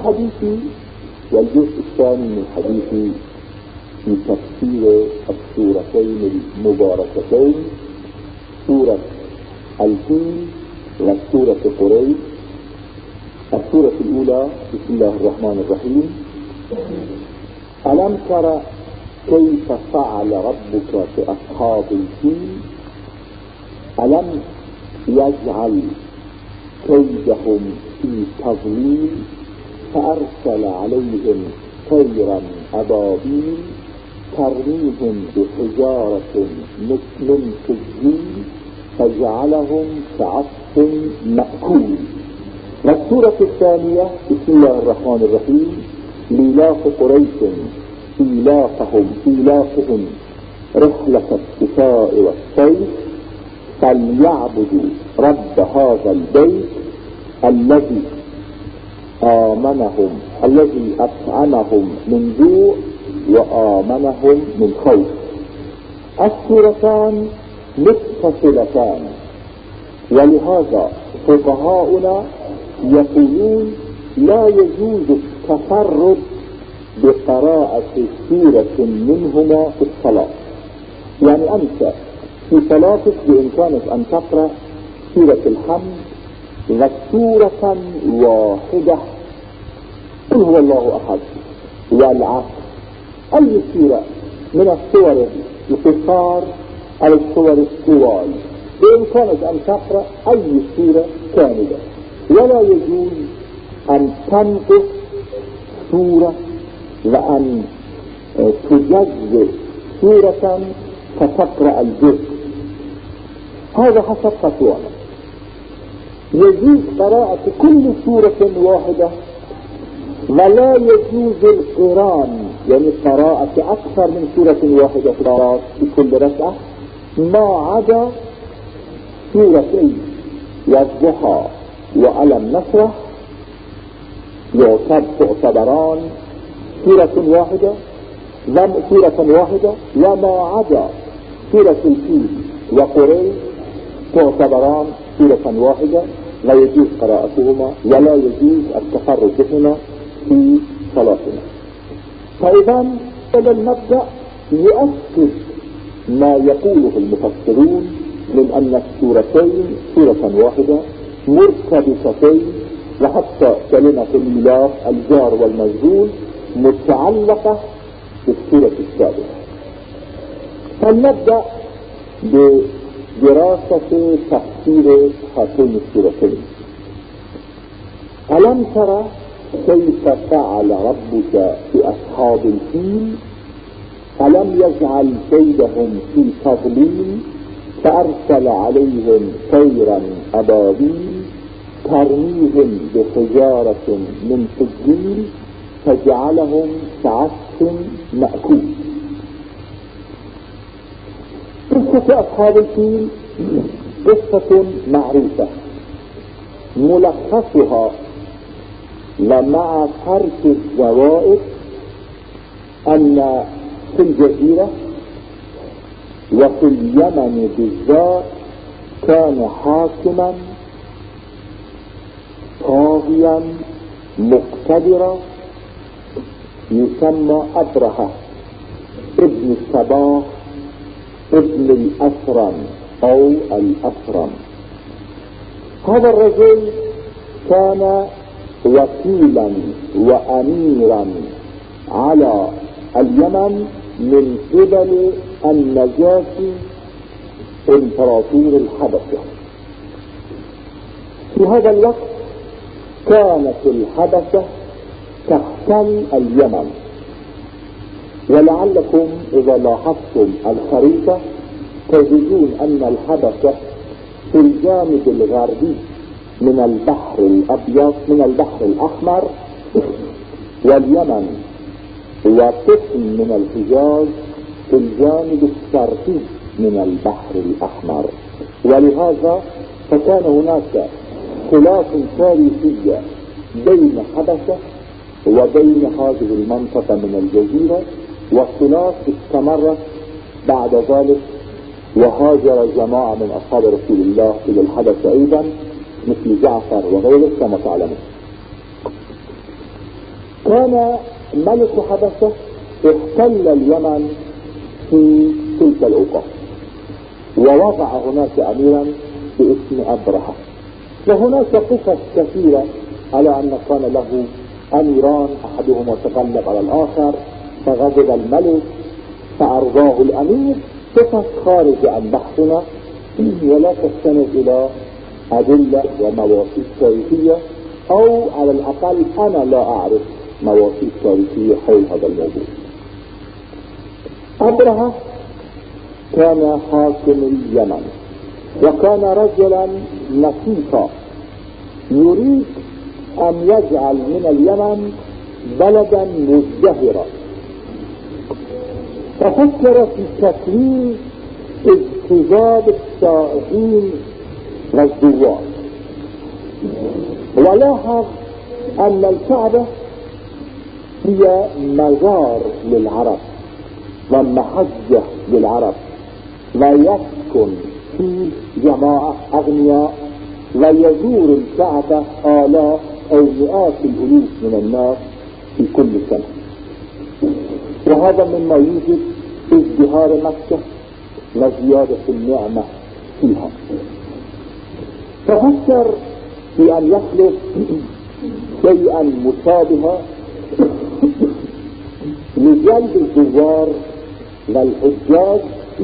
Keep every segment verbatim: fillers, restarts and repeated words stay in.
حديثي والجزء الثاني من حديثي في تفسير السورتين المباركتين، سورة الفيل وسورة قريش. السورة الأولى: بسم الله الرحمن الرحيم. ألم تر كيف فعل ربك بأصحاب الفيل ألم يجعل كيدهم في تضليل فأرسل عليهم طيرا أبابيل ترميهم بحجارة من سجيل فجعلهم كعصف مأكول. والسورة الثانية: بسم الله الرحمن الرحيم. لإيلاف قريش إيلافهم إيلافهم رحلة الشتاء والصيف فليعبدوا رب هذا البيت الذي آمنهم الذي أطعمهم من جوع وآمنهم من خوف. السورتان متصلتان، ولهذا فقهاؤنا يقولون لا يجوز التفرد بقراءة سورة منهما في الصلاة. يعني أنت في صلاتك بإمكانك أن تقرأ سورة الحمد وسورة واحدة قل هو الله أحد والعصر، أي سورة من السور القصار أو السور الطوال بإمكانك أن تقرأ أي سورة كاملة، ولا يجوز أن تنقص سورة وأن تجزء سورة فتقرأ الجزء. هذا حسب فتوانا. يجوز قراءة كل سورة واحدة، ولا يجوز القران، يعني قراءة أكثر من سورة واحدة في كل ركعة، ما عدا سورتين والضحى وألم نشرح تعتبران سورة واحدة سورة واحدة، وما عدا سورة الفيل وقريش تعتبران سورة واحدة، لا يجوز قراءتهما ولا يجوز التفرد بهما في صلاتنا. فإذا هذا المبدأ يؤكد ما يقوله المفسرون من أن السورتين سورة واحدة مرتبطتين، وحتى كلمة الإله الجار والمجرور متعلقة بالسورة السابقة. فلنبدأ بدراسة تفسير هاتين السورتين. ألم ترى كيف فعل ربك بأصحاب الفيل ألم يجعل كيدهم في تضليل فأرسل عليهم طيرا أبابيل ترميهم بحجارة من سجيل فجعلهم كعصف مأكول. قصة أصحاب الفيل قصة معروفة، ملخصها ومع ترك الزوائد أن في الجزيرة وفي اليمن بالذات كان حاكما طاغيا مقتدرا يسمى أبرهة ابن الصباح ابن الأسرم أو الأسرم. هذا الرجل كان وكيلا وأميرا على اليمن من قبل النجاشي امبراطور الحبشة. في هذا الوقت كانت الحبشة تحتل اليمن، ولعلكم إذا لاحظتم الخريطة تجدون أن الحبشة في الجانب الغربي من البحر الأبيض من البحر الأحمر، واليمن وقسم من الحجاز في الجانب الشرقي من البحر الأحمر. ولهذا فكان هناك خلاف تاريخي بين حبشة وبين هذه المنطقة من الجزيرة، والخلاف استمر بعد ذلك، وهاجر جماعة من أصحاب رسول الله إلى الحبشة أيضا مثل جعفر وغيره كما تعلمون. كان ملك حبشة احتل اليمن في تلك الأوقات، ووضع هناك أميرا باسم أبرهة. وهناك قصص كثيرة على أن كان له أميران، أحدهما تغلب على الآخر فغضب الملك فأرضاه الأمير. قصص خارج عن بحثنا ولا تستند إلى أدلة ومواقف تاريخية، أو على الأقل أنا لا أعرف مواقف تاريخية حول هذا الموضوع. أبرهة كان حاكم اليمن، وكان رجلا نصيفا يريد أن يجعل من اليمن بلدا مزدهرا، ففكر في تكوين اجتذاب السائحين والزوار. ولاحظ أن الكعبة هي مزار للعرب ومحجة للعرب، لا يسكن فيه جماعة أغنياء، لا يزور الكعبة آلاف أو مئات الألوف من الناس في كل سنة. وهذا مما يوجد ازدهار مكة وزيادة النعمة فيها. ففكر في أن يخلق شيئا مشابها لجلب الزوار والحجاج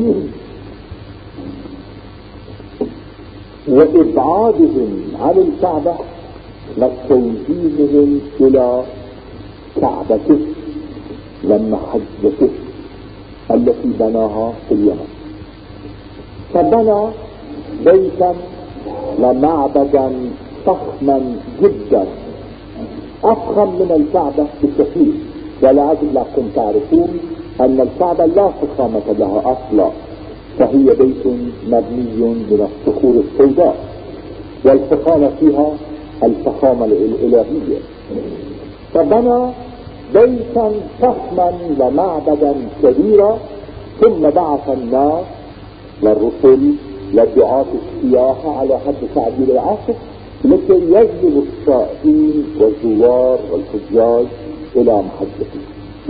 وإبعادهم عن الكعبة وتوجيههم إلى كعبته ومحجته التي بناها في اليمن. فبنى بيتا ومعبدا فخما جدا، أفخم من الكعبة بكثير. ولعلكم تعرفون أن الكعبة لا فخامة لها أصلا، فهي بيت مبني من الصخور السوداء، والفخامة فيها الفخامة الإلهية. فبنى بيتا فخما ومعبدا كبيرا، ثم بعث الناس والرسل ودعاة السياحة على حد تعبير العصر لكي يجلب السائحين والزوار والحجاج إلى محجته.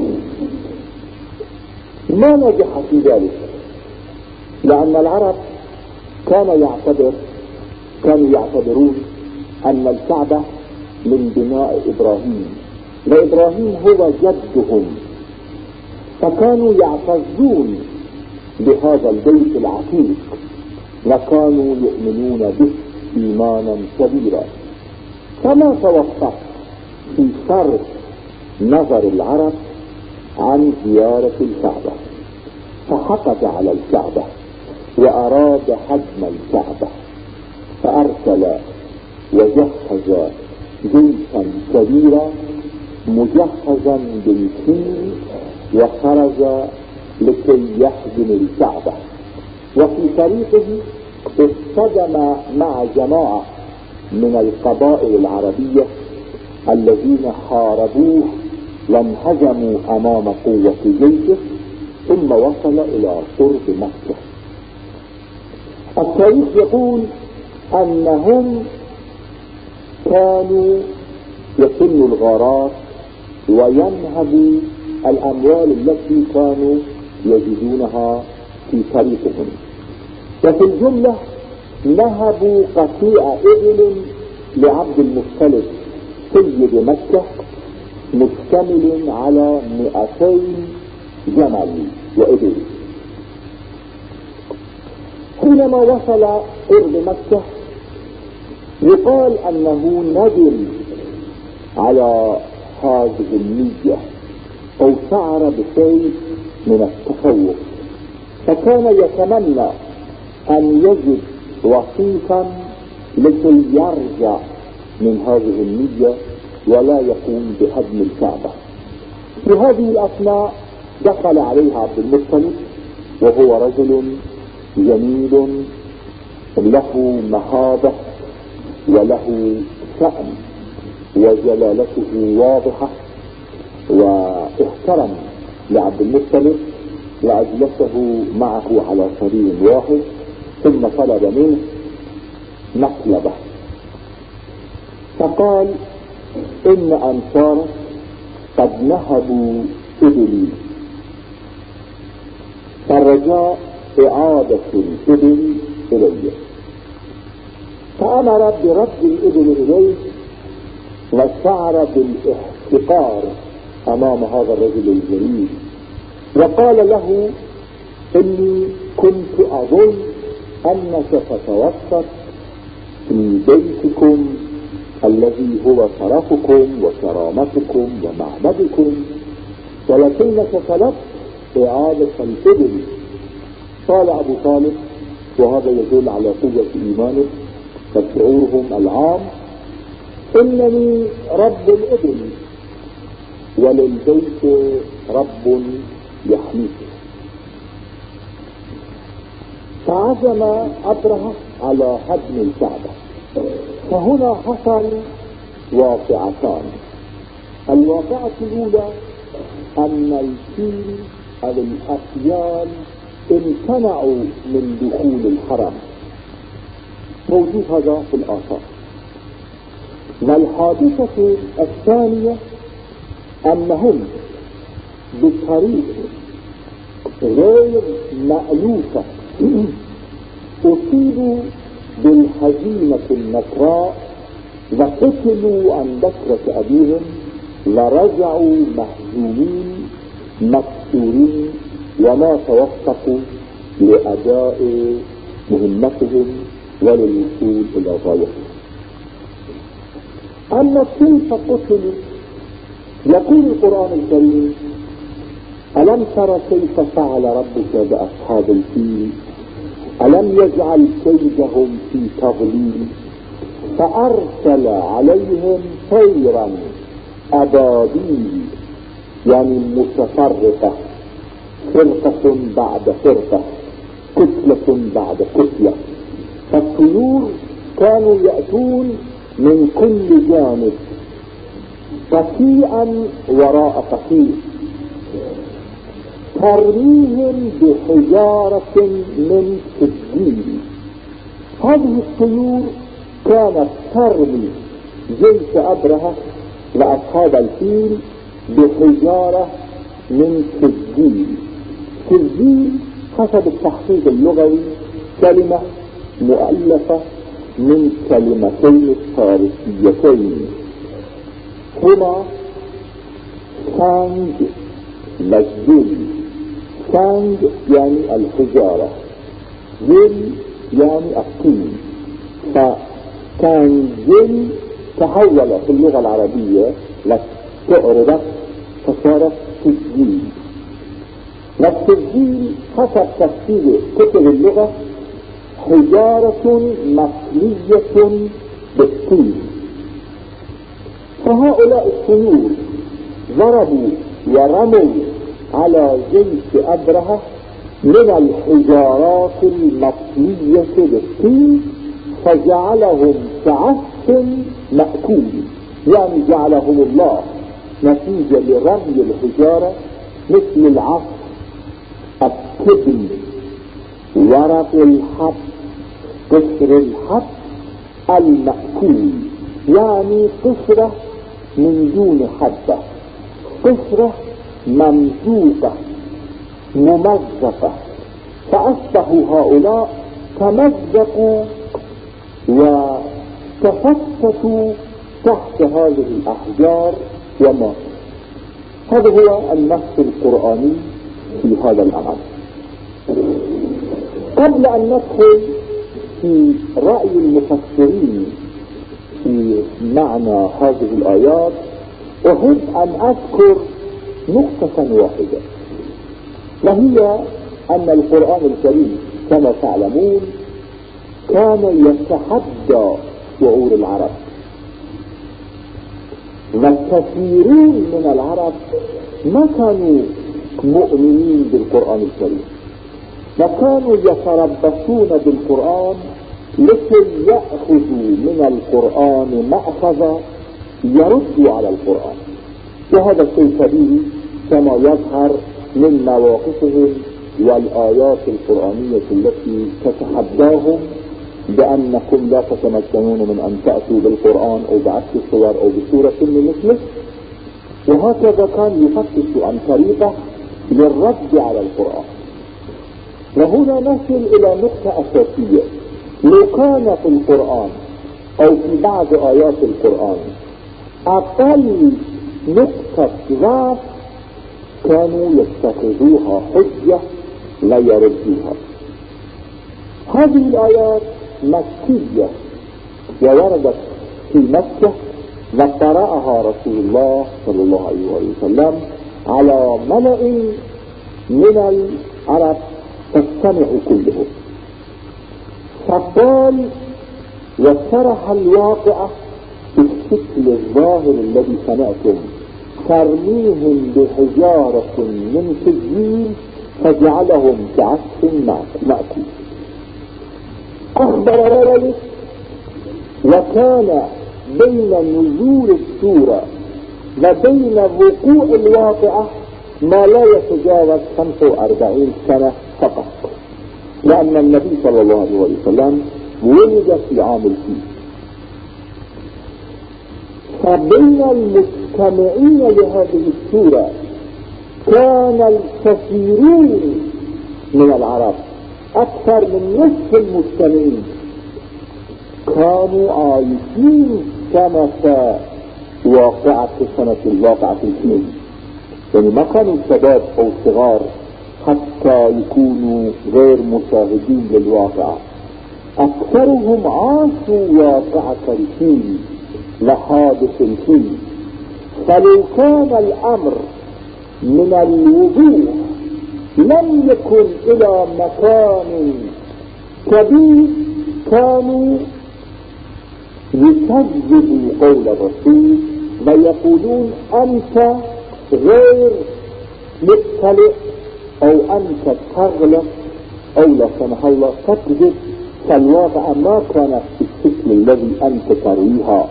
ما نجح في ذلك، لأن العرب كان يعتبر كانوا يعتبرون أن الكعبة من بناء إبراهيم، وإبراهيم هو جدهم، فكانوا يعتزون بهذا البيت العتيق وكانوا يؤمنون به إيمانا كبيرا. فما توقف في صرف نظر العرب عن زيارة الكعبة، فحقد على الكعبة وأراد هدم الكعبة، فأرسل وجهز جيشا كبيرا مجهزا بالخيل وخرج لكي يهدم الكعبة. وفي طريقه اصطدم مع جماعة من القبائل العربية الذين حاربوه وانهزموا أمام قوة جيشه، ثم وصل إلى قرب مكة. التاريخ يقول أنهم كانوا يسنوا الغارات وينهبوا الأموال التي كانوا يجدونها في طريقهم. وفي الجملة نهبوا قطيع إبل لعبد المطلب سيد مكة مشتمل على مئتين جمل وإبل. حينما وصل قرب مكة يقال أنه ندم على هذه النية أو شعر بشيء من التفوق، فكان يتمنى أن يجد وسيطا لكي يرجع من هذه النية ولا يقوم بهدم الكعبة. في هذه الأثناء دخل عليها عبد المطلب وهو رجل جميل له مهابة وله شأن وجلالته واضحة، واحترم لعبد المطلب وأجلسه معه على سرير واحد، ثم طلب منه مطلبه فقال: إن أنصارك قد نهبوا إبلي، فالرجاء إعادة الإبل إليه، فأمر برد الإبل إليه، وشعر بالاحتقار أمام هذا الرجل الجليل، وقال له: إني كنت أظن أنك تتوسط في بيتكم الذي هو شرفكم وكرامتكم ومعبدكم، ولكنك طلبت إعادة الإبل. قال أبو طالب، وهذا يدل على قوة إيمانه وشعورهم العام: إنني رب الإبل وللبيت رب يحميه. فعزم أبرهة على هدم الكعبة. فهنا حصل واقعتان. الواقعة الأولى أن الفيل أو الأفيال امتنعوا من دخول الحرم، موجود هذا في الآثار. والحادثة الثانية أنهم بطريقة غير مألوفة أصيبوا بالهزيمة النكراء، وقتلوا عن بكرة أبيهم، ورجعوا مهزومين مكسورين، وما توفقوا لأداء مهمتهم وللوصول إلى غايتهم. أما كيف قتلوا؟ يقول القرآن الكريم: ألم تر كيف فعل ربك بأصحاب الفيل؟ ألم يجعل كيدهم في تضليل؟ فأرسل عليهم طيرا أبابيل، يعني متفرقة، فرقة بعد فرقة، كتلة بعد كتلة. فالطيور كانوا يأتون من كل جانب، قطيعا وراء قطيع، ترميهم بحجارة من سجيل. هذه الطيور كانت ترمي جيش أبرهة وأصحاب الفيل بحجارة من سجيل. سجيل حسب التحقيق اللغوي كلمة مؤلفة من كلمتين فارسيتين هما سانج وجل. سانج يعني الحجارة، جل يعني الطين. فكان جل تحول في اللغة العربية لتعربت فصارت سجيل. والسجيل حسب تفسير كتب اللغة حجارة مصلية بالطين. فهؤلاء الطيور ضربوا ورموا على جيش أبرهة من الحجارات المصلية بالطين، فجعلهم كعصف مأكول، يعني جعلهم الله نتيجة لرمي الحجارة مثل العصف، الكبل، ورق الحب، قشر الحب المأكول، يعني قشرة من دون حبة، قشرة ممزوقة ممزقة. فأصبحوا هؤلاء تمزقوا وتفتتوا تحت هذه الأحجار وماتوا. هذا هو النص القرآني في هذا الأمر. قبل أن ندخل في رأي المفسرين في معنى هذه الآيات، أحب أن أذكر نقطة واحدة، وهي أن القرآن الكريم كما تعلمون كان يتحدى شعور العرب، وكثيرون من العرب ما كانوا مؤمنين بالقرآن الكريم، وكانوا يتربصون بالقرآن لكي يأخذوا من القرآن مأخذ يردوا على القرآن. وهذا الشيء طبيعي كما يظهر من مواقفهم والآيات القرآنية التي تتحداهم بأنكم لا تتمكنون من أن تأتوا بالقرآن أو بعشر صور أو بسورة من مثله. وهكذا كان يفتش عن طريقة للرد على القرآن. وهنا نصل إلى نقطة أساسية. لو كان في القرآن أو في بعض آيات القرآن أقل نقطة ضعف كانوا يتخذوها حجة لا يردوها. هذه الآيات مكية ووردت في مكة وقرأها رسول الله صلى الله عليه وسلم على ملأ من العرب تستمع كلهم، فقال وشرح الواقع بالشكل الظاهر الذي سمعتم ترميهم بحجارة من سجيل فجعلهم كعصف مأكول. أخبر ذلك وكان بين نزول السورة وبين وقوع الواقعة ما لا يتجاوز خمسة وأربعين سنة فقط، لأن النبي صلى الله عليه وسلم ولد في عام الفيل. فبين المستمعين لهذه السورة كان الكثيرون من العرب، أكثر من نصف المستمعين كانوا عايشين كما واقعة سنة الواقعة الفيل، يعني ما كانوا شباب أو صغار حتى يكونوا غير مشاهدين للواقعة. أكثرهم عاشوا واقعة الفيل وحادث الفيل. فلو كان الأمر من الوضوح لم يكن إلى مكان كبير كانوا يكذبوا قول الرسول ويقولون أنت غير مطلع أو أنت تغلط أو لا سمح الله تكذب، فالواقع ما كانت بالشكل الذي أنت ترويها.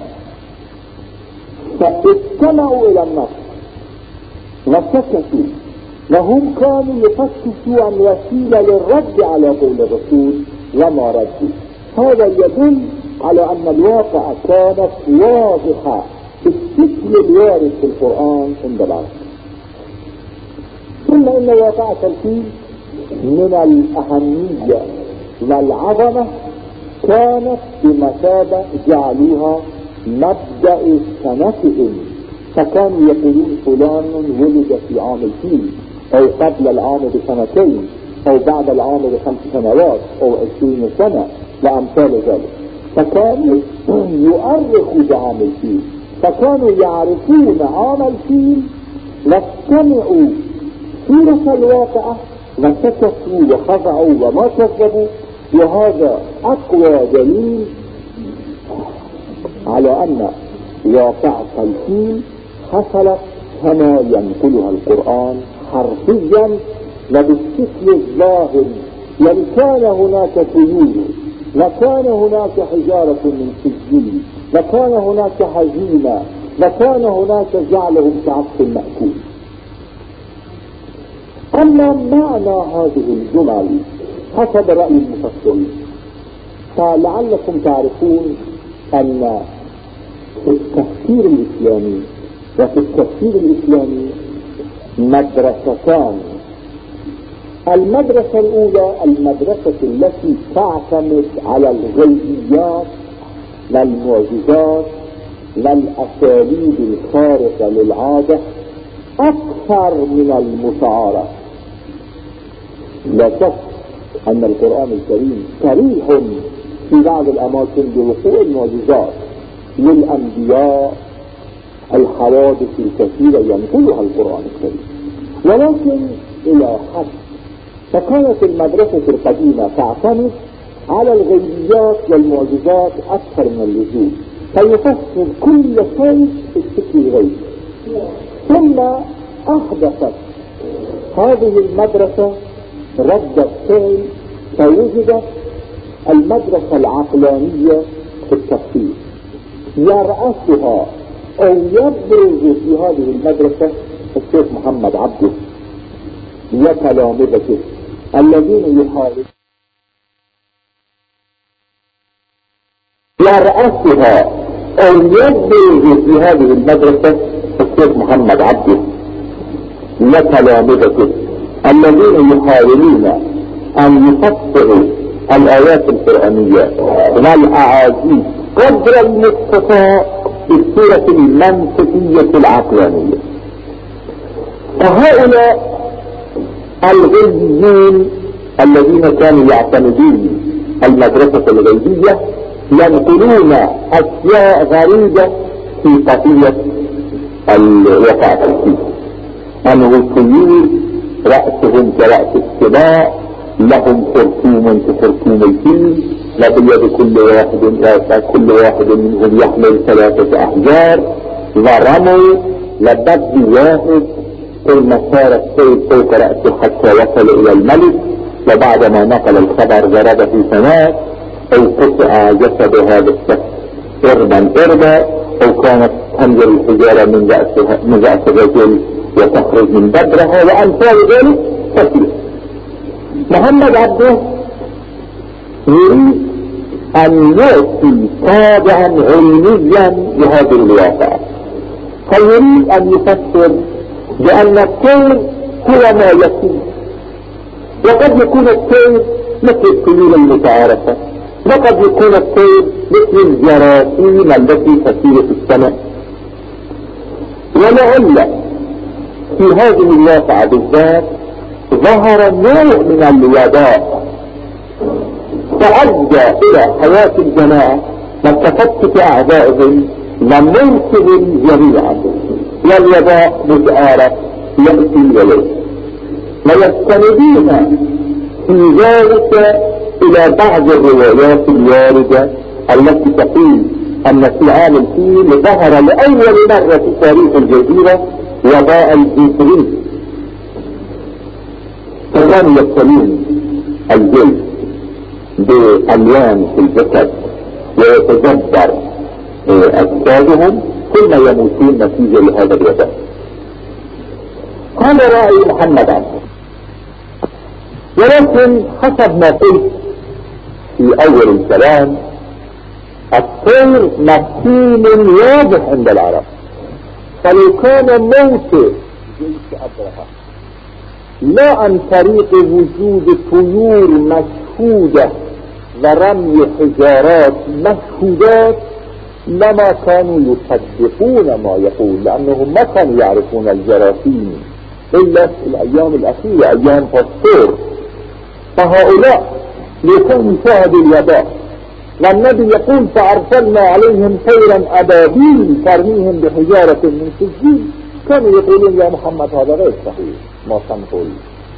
فاستمعوا إلى النص وسكتوا، وهم كانوا يفتشوا عن وسيلة للرد على قول الرسول وما ردوا. هذا يدل على أن الواقع كانت واضحة بالشكل الوارد في القرآن عند العرب. ثم إن واقعة الفيل من الأهمية والعظمة كانت بمثابة جعلوها مبدأ سنتهم، فكانوا يقولون فلان ولد في عام الفيل أو قبل العام بسنتين أو بعد العام بخمس سنوات أو عشرين سنة وأمثال ذلك. فكانوا يؤرخوا بعام الفيل، فكانوا يعرفون عام الفيل واستمعوا سورة الواقعة وسكتوا وخضعوا وما كذبوا. وهذا أقوى دليل على أن واقعة الفيل حصلت كما ينقلها القرآن حرفيا وبالشكل الظاهر. يعني كان هناك طيور وكان هناك حجارة من سجيل وكان هناك هزيمة وكان هناك جعلهم كعصف مأكول. أما معنى هذه الجمل حسب رأي المفسرين، فلعلكم تعرفون أن في التفسير الإسلامي وفي التفسير الإسلامي مدرستان. المدرسة الأولى المدرسة التي تعتمد على الغيبيات والمعجزات والأساليب الخارقة للعادة أكثر من المشاعرة. لا شك أن القرآن الكريم صريح في بعض الأماكن بوقوع المعجزات للأنبياء، الحوادث الكثيرة ينقلها القرآن الكريم، ولكن إلى حد. فكانت المدرسة القديمة تعتمد على الغيبيات والمعجزات أكثر من اللزوم، فيفسر كل شيء بالشكل الغيبي. ثم أحدثت هذه المدرسة ردة فعل، فوجدت المدرسة العقلانية في التفسير. يرأسها أو يبرز في هذه المدرسة الشيخ محمد عبده وتلامذته الذين يحاولون. يرأسها أو يبرز في هذه المدرسة الشيخ محمد عبده وتلامذته الذين يحاولون ان يفسروا الايات القرآنية والاعاجيب قدر المستطاع بالصورة المنطقية العقلانية. فهؤلاء الغيبيين الذين كانوا يعتمدون المدرسة الغيبية ينقلون اشياء غريبة في قضية الوقع الفيل، انه الطيور رأسهم كرأس السباع، لهم خرطوم كخرطوم الفيل، وبيد كل واحد كل واحد منهم يحمل ثلاثة احجار، ورموا لبد واحد ثم صار السيد فوق رأسه حتى وصل الى الملك، وبعدما نقل الخبر ضربه فمات، او قطع جسد هذا الشخص اربا اربا، او كانت تنزل الحجارة من رأسها من رأس الرجل وتخرج من بدرها، وامثال ذلك كثير. محمد عبده يريد ان يأتي طابعا علميا لهذه الواقع، فيريد ان يفسر بان الطير هو ما يكون، وقد يكون الطير مثل الطيور المتعارفة، وقد يكون الطير مثل الجراثيم التي تسير في السماء. ولعل في هذه الواقعة بالذات ظهر نوع من الوباء فأدى إلى حياة الجماعة وتفتت أعدائهم ومنكر جميعا، والوباء متعارف يأتي إليه، ويستندون في ذلك إلى بعض الروايات الواردة التي تقول أن في عام الفيل ظهر لأول مرة في تاريخ الجزيرة وباء الإنسولين، فكانوا يبتلون الجلد بألوان في الجسد ويتجبر أجسادهم ثم يموتون نتيجة لهذا الوباء. هذا رأي محمد عبده، ولكن حسب ما قلت في أول الكلام الطير مفهوم واضح عند العرب، فلو كان موت جيش أبرهة لا عن طريق وجود طيور مشهودة ورمي حجارات مشهودات لما كانوا يصدقون ما يقول، لأنهم ما كانوا يعرفون الجراثيم إلا في الأيام الأخيرة أيام باستور. فهؤلاء يكون شاهدوا الوباء، والنبي يقول فأرسلنا عليهم طيرا أبابيل ترميهم بحجارة من سجيل، كانوا يقولون يا محمد هذا غير صحيح ما سنقول.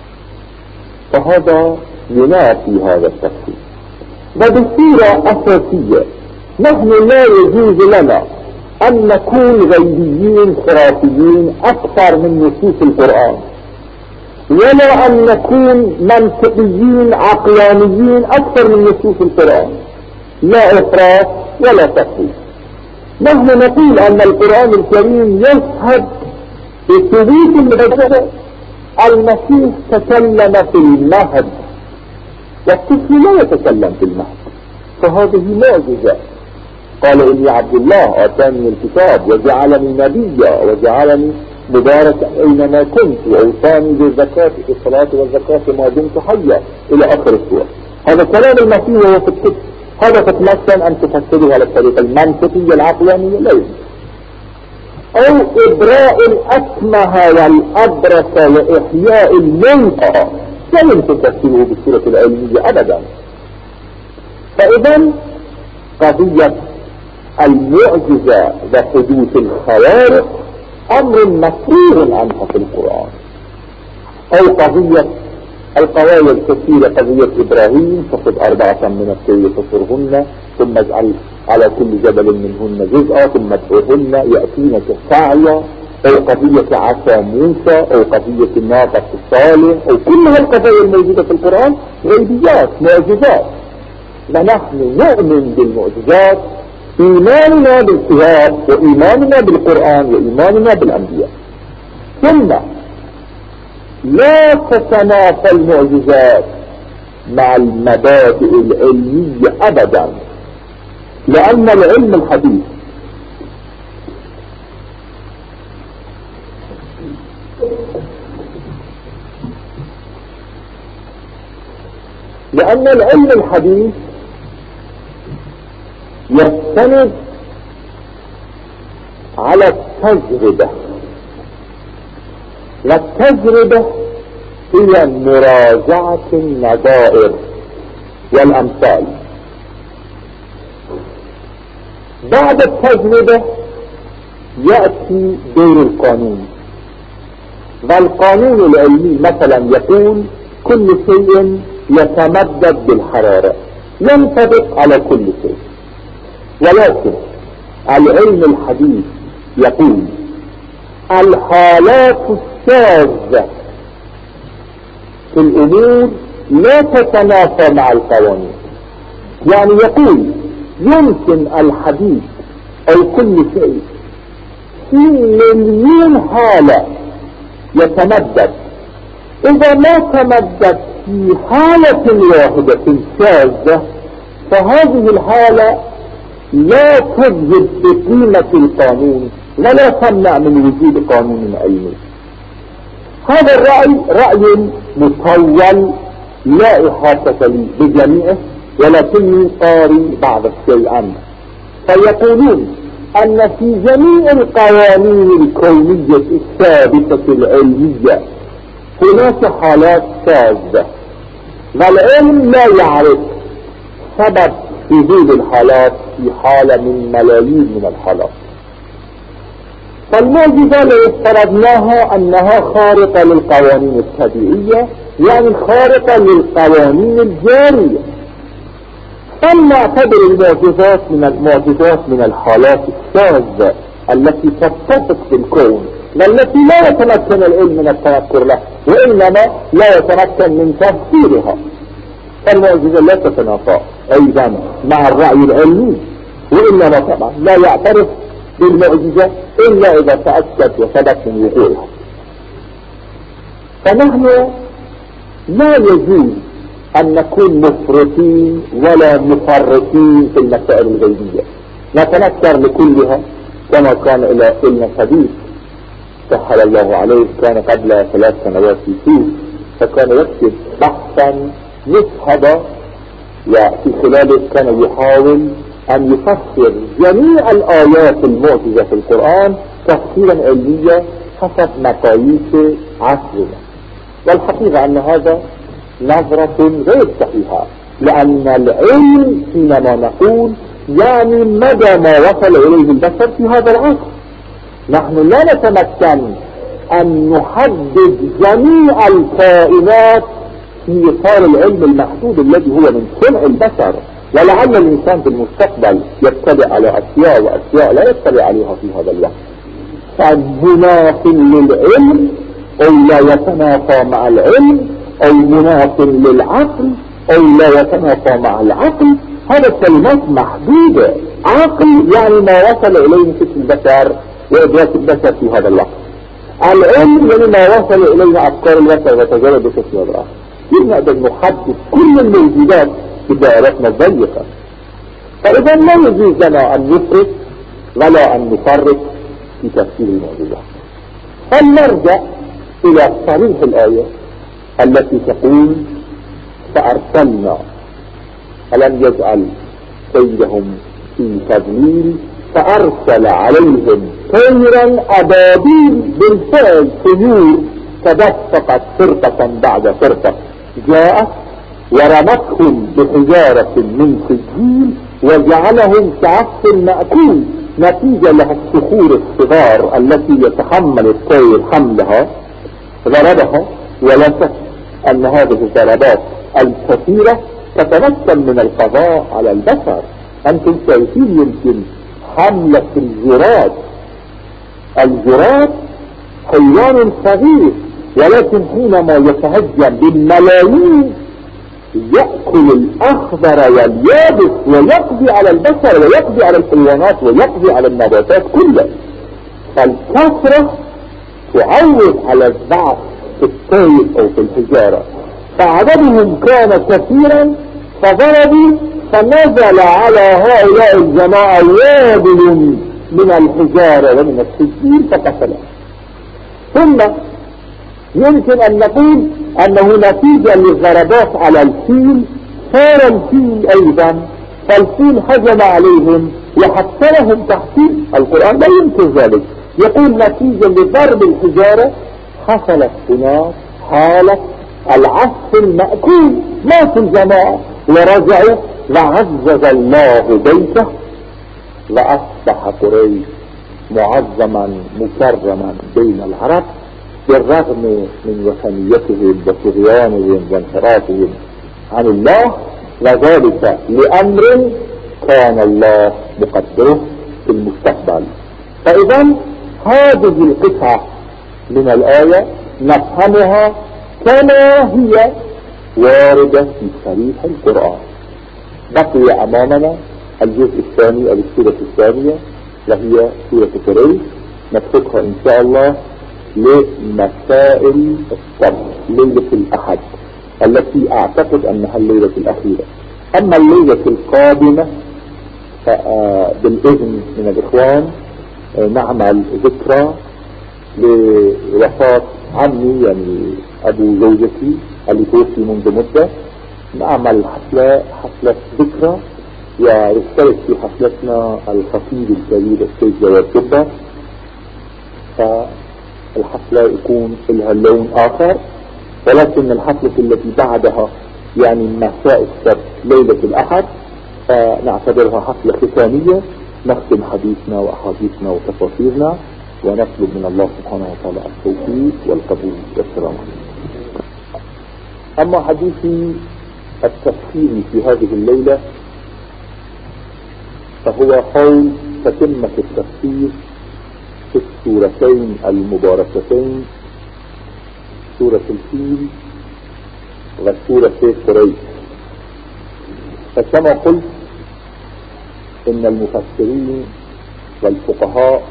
فهذا ينافي هذا التفسير. وبصورة أساسية نحن لا يجوز لنا أن نكون غيبيين خرافيين أكثر من نصوص القرآن، ولا أن نكون منطقيين عقلانيين أكثر من نصوص القرآن، لا إفراط ولا تفريط. نحن نقول أن القرآن الكريم يشهد بثبوت المعجزة. المسيح تكلم في المهد والطفل لا يتكلم في المهد، فهذه معجزة. قال إني عبد الله آتاني الكتاب وجعلني نبيا وجعلني مباركا أينما كنت وأوصاني بالزكاة في الصلاة والزكاة ما دمت حيا إلى آخر السورة. هذا كلام المسيح وهو في الطفل. هذا تتمكن أن تفسره على الطريقة المنطقية العقلانية لا يمكن. أو إبراء الأكمه والأبرص وإحياء الموتى لا يمكن تفسيره بالصورة العلمية أبدا. فإذا قضية المعجزة وحدوث الخوارق أمر مفروغ عنها في القرآن، أو قضية القوايا الكثيرة، قضية إبراهيم فخذ أربعة من الطير فصرهن ثم اجعل على كل جبل منهن جزءا ثم ادعوهن يأتينك سعيا، أو قضية عصا موسى، أو قضية ناقة صالح، أو كل هالقضايا الموجودة في القرآن غيبيات معجزات. ونحن نؤمن بالمعجزات، إيماننا بالكتاب وإيماننا بالقرآن وإيماننا بالأنبياء. ثم لا تتنافى المعجزات مع المبادئ العلمية أبدا، لأن العلم الحديث لأن العلم الحديث يستند على التجربة، والتجربة هي مراجعة النظائر والأمثال. بعد التجربة يأتي دور القانون، والقانون العلمي مثلا يقول كل شيء يتمدد بالحرارة، ينطبق على كل شيء. ولكن العلم الحديث يقول الحالات الشاذة في الأمور لا تتنافى مع القوانين. يعني يقول يمكن الحديث أو كل شيء في مليون حالة يتمدد، إذا ما تمدد في حالة واحدة شاذة فهذه الحالة لا تجد بقيمة القانون ولا تمنع من وجود قانون علمي. هذا الرأي رأي مطول لا إحاطة لي بجميعه، ولكني قاري بعض الشيء عنه. فيقولون أن في جميع القوانين الكونية الثابتة العلمية هناك حالات شاذة، والعلم لا يعرف سبب وجود الحالات في حالة من ملايين من الحالات. فالمعجزة لو افترضناها أنها خارقة للقوانين الطبيعية، يعني خارقة للقوانين الجارية، فلنعتبر المعجزات من المعجزات من الحالات الشاذة التي تتفق بالكون، والتي لا يتمكن العلم من التنكر له، وإنما لا يتمكن من تفسيرها. فالمعجزة لا تتنافى أيضا مع الرأي العلمي، وإنما طبعا لا يعترف بالمعجزة إلا إذا تأكد وثبت من وقوعها. فنحن لا يجوز أن نكون مفرطين ولا مفرطين في المسائل الغيبية، نتنكر لكلها كما كان إلى علم حديث سهل الله عليه، كان قبل ثلاث سنوات في سوس، فكان يكتب بحثا مشهدا وفي خلاله كان يحاول أن يفسر جميع الآيات المعجزة في القرآن تفسيرا علميا حسب مقاييس عصرنا. والحقيقة أن هذا نظرة غير صحيحة، لأن العلم حينما نقول يعني مدى ما وصل إليه البشر في هذا العصر. نحن لا نتمكن أن نحدد جميع الكائنات في إطار العلم المحدود الذي هو من صنع البشر، ولعل الإنسان في المستقبل يطلع على أشياء وأشياء لا يطلع عليها في هذا الوقت. فمناف للعلم أو لا يتنافى مع العلم، أو مناف للعقل أو لا يتنافى مع العقل، هذا كلمات محدودة. عقل يعني ما وصل إليه فكر البشر وإدراك البشر في هذا الوقت. العلم يعني ما وصل إليه أفكار البشر وتجارب البشر في هذا الوقت. نقدر نحدد كل الموجودات في دائرتنا الضيقة. فإذا لا يجوز لنا أن نفرط ولا أن نفرط في تفسير الموجودات. فلنرجع إلى صريح الآية التي تقول فأرسلنا ألم يجعل كيدهم في تضليل فأرسل عليهم طيرا أبابيل. بالفعل طيور تدفقت فرقة بعد فرقة جاءت ورمتهم بحجارة من سجيل وجعلهم كعصف مأكول، نتيجة لها الصخور الصغار التي يتحمل الطير حملها ضربها. ولا شك أن هذه الضربات الكثيرة تتمكن من القضاء على البشر. أنتم شايفين يمكن حملة الجراد. الجراد حيوان صغير، ولكن حينما يتهجم بالملايين يأكل الأخضر واليابس ويقضي على البشر ويقضي على الحيوانات ويقضي على النباتات كلها. فالكثرة تعوض على الضعف في الطير أو في الحجارة. فعددهم كان كثيرا فضربوا فنزل على هؤلاء الجماعة وابل من الحجارة ومن السجين فقتلهم. ثم يمكن ان نقول انه نتيجة للضربات على الفيل صار الفيل ايضا، فالفيل هجم عليهم وحصلهم تحصيل. القرآن لا ينكر ذلك، يقول نتيجة لضرب الحجارة حصلت هناك حالة العصف المأكول، ماتوا الجماعة ورجعوا وعزز الله بيته وأصبح قريش معظما مكرما بين العرب، بالرغم من وثنيتهم وطغيانهم وانحرافهم عن الله، وذلك لأمر كان الله مقدره في المستقبل. فإذا هذه القطعة من الآية نفهمها كما هي واردة في صريح القرآن. بقي أمامنا الجزء الثاني أو السورة الثانية وهي سورة قريش، نتركها إن شاء الله لمسائل الصبر ليلة الأحد التي أعتقد أنها الليلة الأخيرة. أما الليلة القادمة بالإذن من الإخوان نعمل ذكرى لوفاة عمي يعني أبو زوجتي اللي توفي منذ مدة. نعمل حفلة حفلة ذكرى ويشترك في حفلتنا الخطيب الكبير السيد جواد جبة، فالحفلة يكون لها لون آخر، ولكن الحفلة التي بعدها يعني مساء السبت ليلة الأحد فنعتبرها حفلة ختامية، نختم حديثنا وأحاديثنا وتفاصيلنا ونطلب من الله سبحانه وتعالى التوفيق والقبول والسلام عليكم. أما حديثي التفصيلي في هذه الليلة فهو حول تتمة التفسير في السورتين المباركتين، سورة الفيل وسورة قريش. فكما قلت إن المفسرين والفقهاء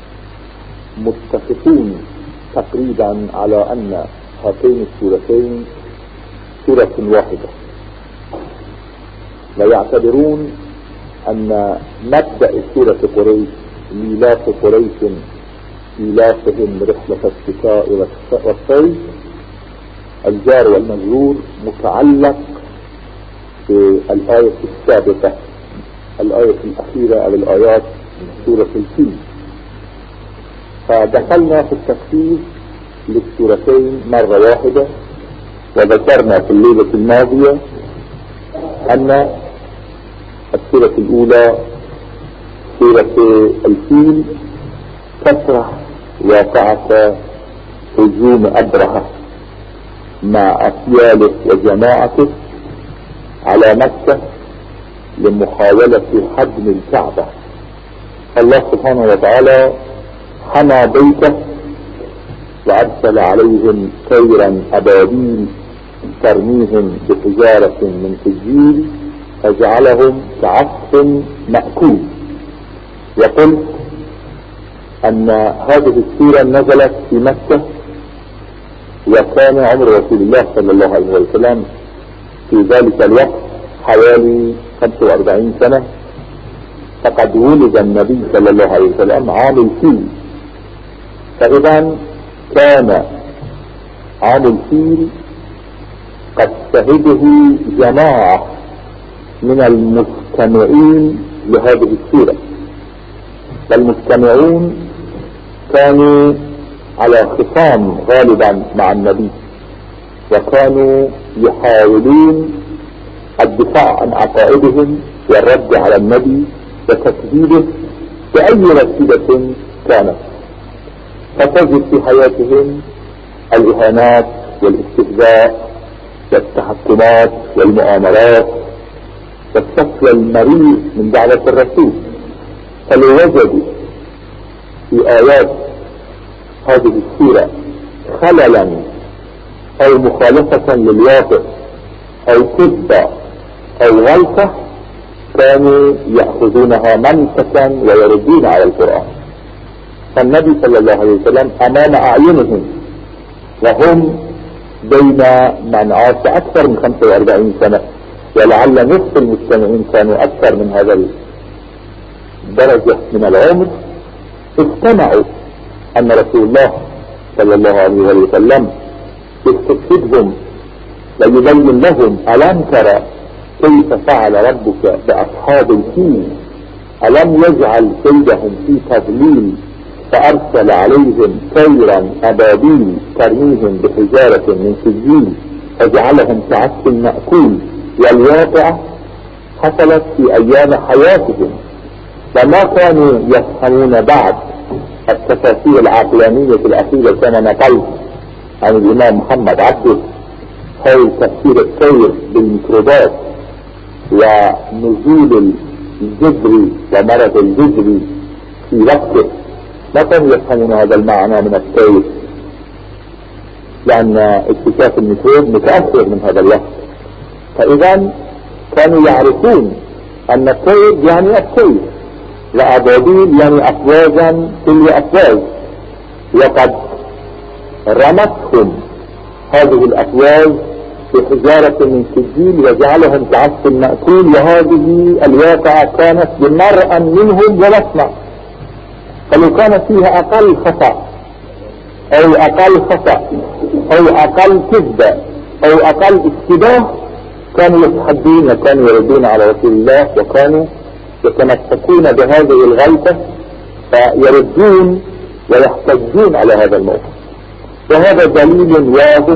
متفقون تقريبا على أن هاتين السورتين سورة واحدة، ويعتبرون أن مبدأ سورة قريش ميلاف قريش ميلافهم رحلة الشتاء والصيف الجار والمجرور متعلق بالآية السابقة، الآية الأخيرة أو الآيات من سورة الفيل. فدخلنا في التفسير للسورتين مرة واحدة، وذكرنا في الليلة الماضية أن السورة الأولى سورة الفيل تشرح واقعة هجوم أبرهة مع أسياله وجماعته على مكة لمحاولة هدم الكعبة. الله سبحانه وتعالى حمى بيته وأرسل عليهم طيرا أبابيل ترميهم بحجارة من سجيل فجعلهم كعصف مأكول. وقلت أن هذه السورة نزلت في مكة، وكان عمر رسول الله صلى الله عليه وسلم في ذلك الوقت حوالي خمسة وأربعين سنة، فقد ولد النبي صلى الله عليه وسلم عام الفيل، فإذا كان عام الفيل قد شهده جماعة من المستمعين لهذه السورة. والمستمعون كانوا على خصام غالبا مع النبي، وكانوا يحاولون الدفاع عن عقائدهم والرد على النبي وتكذيبه بأي وسيلة كانت، فتجد في حياتهم الإهانات والاستهزاء والتحكمات والمؤامرات والشكل المريء من دعوة الرسول. فلو وجدوا في آيات هذه السورة خللا أو مخالفة للواقع أو كذبة أو غلطة كانوا يأخذونها منسكا ويردون على القرآن. فالنبي صلى الله عليه وسلم أمام أعينهم وهم بين من عاش أكثر من خمسة وأربعين سنة، ولعل نصف المستمعين كانوا أكثر من هذا الدرجة من العمر، استمعوا أن رسول الله صلى الله عليه وسلم استشهدهم ويبين لهم ألم ترى كيف فعل ربك بأصحاب الفيل ألم يجعل كيدهم في تضليل فأرسل عليهم طيرا أبابيل ترميهم بحجارة من سجيل فجعلهم كعصف مأكول. والواقعة حصلت في أيام حياتهم وما كانوا يفهمون بعد التفاسير العقلانية الأخيرة كما نقلت عن الإمام محمد عبده حول تفسير الطير بالميكروبات ونزول الجدري ومرض الجدري في وقته. ما كانوا يفهمون هذا المعنى من الطير لأن اكتشاف الميكروب متأثر من هذا الوقت. فإذا كانوا يعرفون أن الطير يعني الطير وأبابيل يعني أفواجا كل أفواج، وقد رمتهم هذه الأفواج بحجارة من سجيل وجعلهم كعصف مأكول. وهذه الواقعة كانت بمرأى منهم ولسنا، فلو كان فيها أقل خطأ أو أقل خطأ أو أقل كذبة أو أقل اشتباه كانوا يتحدون وكانوا يردون على رسول الله وكانوا يتمسكون بهذه الغلطة فيردون ويحتجون على هذا الموقف. وهذا دليل واضح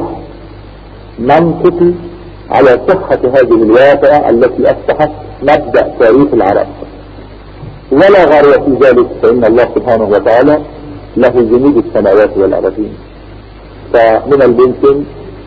منطقي على صحة هذه الواقعة التي أصبحت مبدأ تاريخ العرب، ولا غرو في ذلك، فإن الله سبحانه وتعالى له جنود السماوات والأرضين. فمن الممكن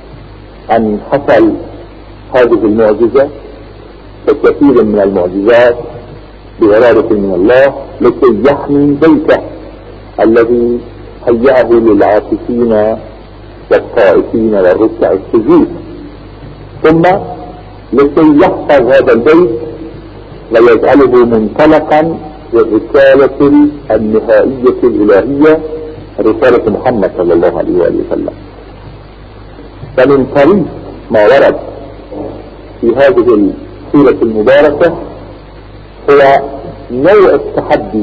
أن حصل هذه المعجزة كثير من المعجزات بإرادة من الله لكي يحمي بيته الذي هيأه للعاكفين والطائفين والركع السجود، ثم لكي يحفظ هذا البيت ويجعله منطلقا للرسالة النهائية الإلهية، رسالة محمد صلى الله عليه وآله وسلم. فمن طريق ما ورد في هذه السورة المباركة هو نوع التحدي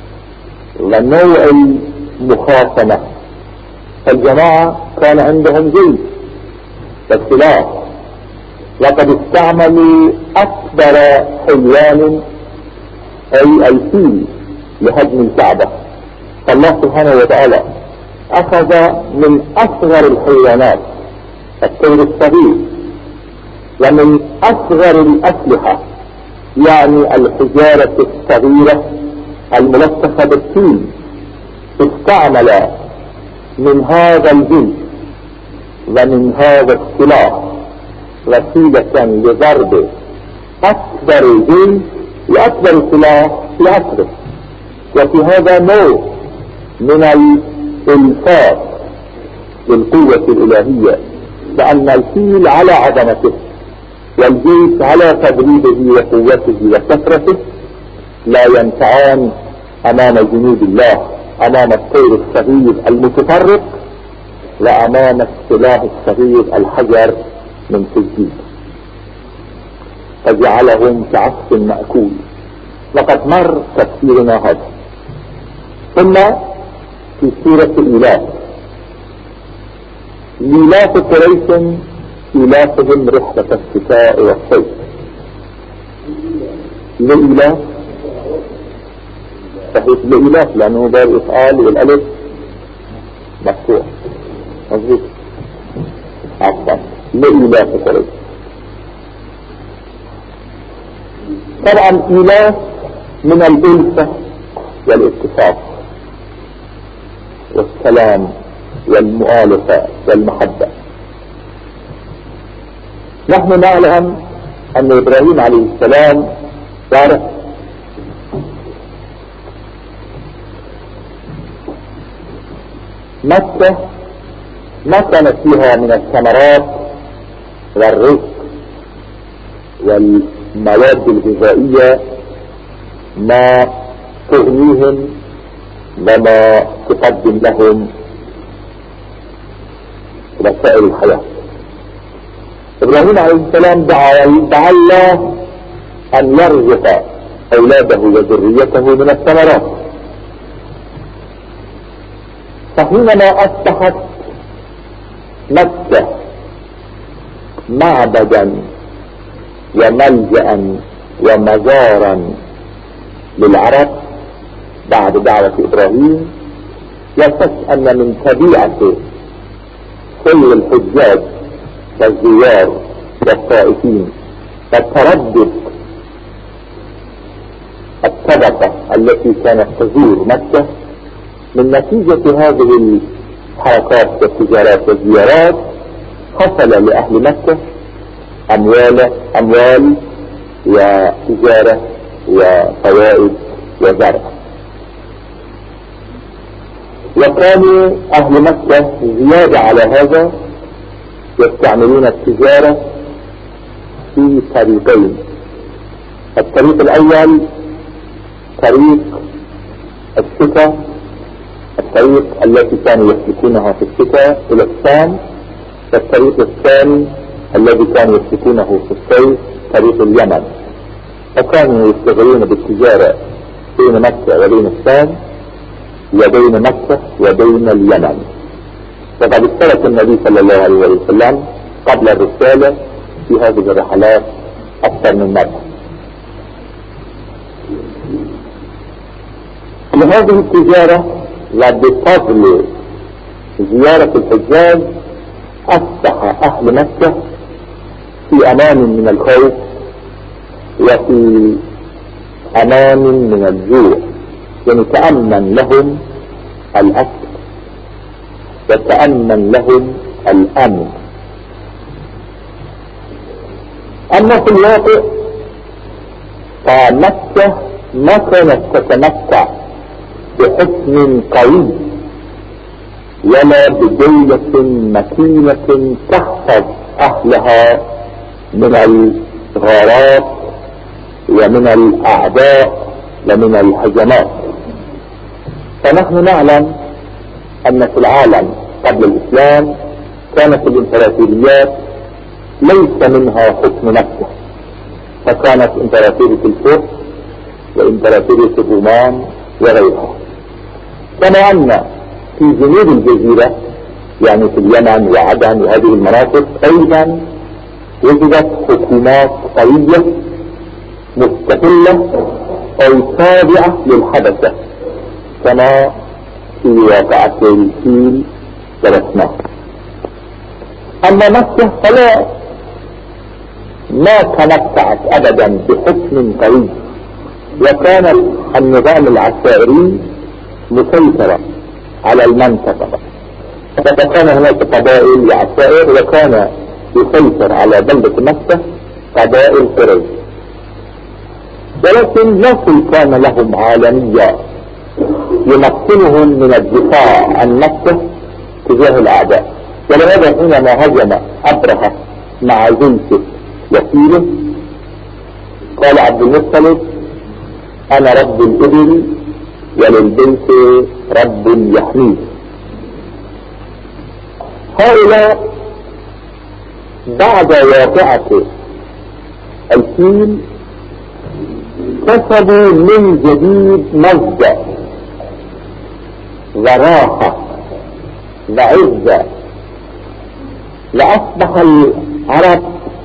ونوع المخاصمة. فالجماعة كان عندهم جيش والسلاح، لقد استعملوا أكبر حيوان أي الفيل لهدم الكعبة. فالله سبحانه وتعالى أخذ من أصغر الحيوانات الطير الصغير ومن أصغر الأسلحة يعني الحجارة الصغيرة الملطخة بالطين، استعمل من هذا الجيش ومن هذا السلاح وسيلة لضرب أكبر جيش وأكبر سلاح في عصره. وفي هذا نوع من الإلفاق للقوة الإلهية، لأن الفيل على عظمته والجيش على تدريبه وقوته وكثرته لا ينفعان أمام جنود الله، أمام الطير الصغير المتفرق وأمام السلاح الصغير الحجر من سجيل، فجعلهم كعصف مأكول. وقد مر تفسيرنا هذا. ثم في سورة الإيلاف، لإيلاف قريش إيلافهم رحلة الشتاء والصيف. لإيلاف صحيح لإيلاف لأنه باب إفعال والألف مفتوح مظبوط عفوا لإيلاف قريش. طبعا إيلاف من الألفة والاتفاق والسلام والمؤالفة والمحبة. نحن نعلم أن إبراهيم عليه السلام تعرف مكة ما كانت فيها من الثمرات والرزق والمواد الغذائية ما تغنيهم وما تقدم لهم وسائل الحياة. إبراهيم عليه السلام دعا دعا الله أن يرزق أولاده وذريته من الثمرات، فحينما أصبحت مكة معبدا وملجأ ومزارا للعرب بعد دعوة إبراهيم، لا شك أن من طبيعة سير الحجاج والزوار والطائفين والتردد الطبقة التي كانت تزور مكة من نتيجة هذه الحركات والتجارات والزيارات حصل لأهل مكة أموال أموال وتجارة وفوائد وزرع. وكانوا أهل مكة زيادة على هذا يستعملون التجارة في طريقين. الطريق الأول طريق الشتاء، الطريق التي كانوا يسلكونها في الشتاء إلى الشام، والطريق الثاني الذي كانوا يسلكونه في الصيف طريق اليمن. فكانوا يشتغلون بالتجارة بين مكة وبين الشام وبين مكة وبين اليمن. وقد اشترك النبي صلى الله عليه وسلم قبل الرسالة في هذه الرحلات أكثر من مرة. لهذه التجارة وبفضل زيارة الحجاج أصبح أهل مكة في أمان من الخوف وفي أمان من الجوع، يعني تأمن لهم الأكل وتأمن لهم الأمن. أما في الواقع فمكة ما كانت تتمتع بحصن قوي ولا بدولة متينة تحفظ أهلها من الغارات ومن الأعداء ومن الهجمات. فنحن نعلم أن في العالم قبل الإسلام كانت الإمبراطوريات ليس منها حكم مكة، فكانت إمبراطورية الفرس وإمبراطورية الرومان وغيرها. كما أن في جنوب الجزيرة يعني في اليمن وعدن وهذه المناطق أيضا وجدت حكومات قوية مستقلة أو تابعة للحبشة كما في واقعة الفيل درسناه. أما مكة فلا ما تمتعت أبدا بحكم قوي، وكان النظام العشائري مسيطرا على المنطقة، فكان هناك قبائل وعشائر، وكان يسيطر على بلدة مكة قبائل قريش، ولكن لا سلطان لهم عالميا يمكنهم من الدفاع عن مكة تجاه الأعداء. ولهذا حينما هجم أبرهة مع جيشه وكيله قال عبد المطلب: أنا رب الإبل وللبيت رب يحميه. هؤلاء بعد واقعة الفيل كسبوا من جديد مجد وراحة وعزة، وأصبح العرب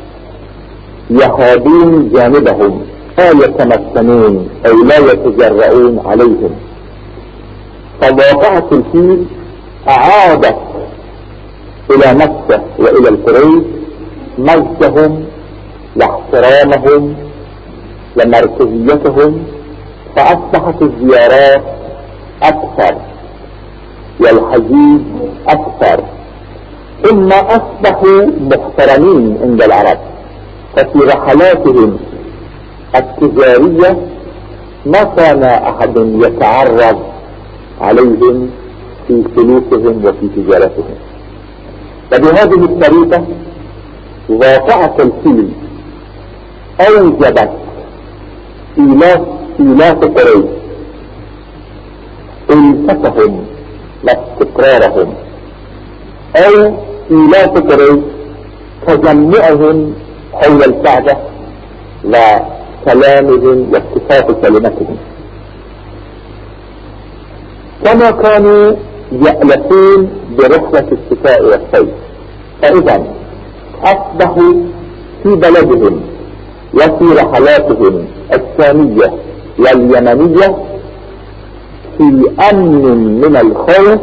يهابون جانبهم لا يتمكنون أو لا يتجرؤون عليهم. فواقعة الفيل أعادت إلى مكة وإلى القريش مجدهم واحترامهم ومركزيتهم، فأصبحت الزيارات أكثر والحجيج أكثر، ثم أصبحوا محترمين عند العرب. ففي رحلاتهم التجارية ما كان أحد يتعرض عليهم في سلوكهم وفي تجارتهم. فبهذه الطريقة واقعة الفيل أوجبت إيلاف إيلاف قريش ألفتهم واستقرارهم، أو إيلاف قريش تجمعهم حول الكعبة وكلامهم واكتشاف كلمتهم. كما كانوا يألفون برحلة الشتاء والصيف. فإذا أصبحوا في بلدهم وفي رحلاتهم الشامية واليمنية في أمن من الخوف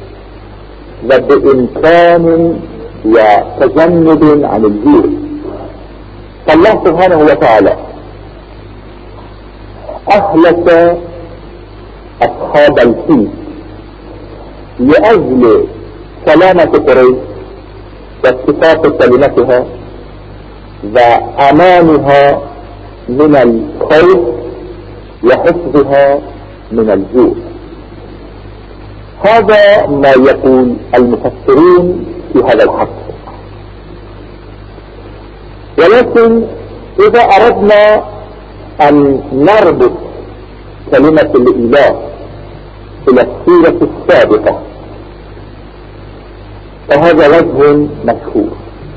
وبإمكان وتجنب عن الجوع. فالله سبحانه وتعالى أهلك أصحاب الفيل لأجل سلامة قريش واتفاق كلمتها وأمانها من الخوف وحفظها من الجوع. هذا ما يقول المفسرون في هذا الحق. ولكن إذا أردنا أن نربط كلمة الإله إلى السورة السابقة فهذا وجه مشهور،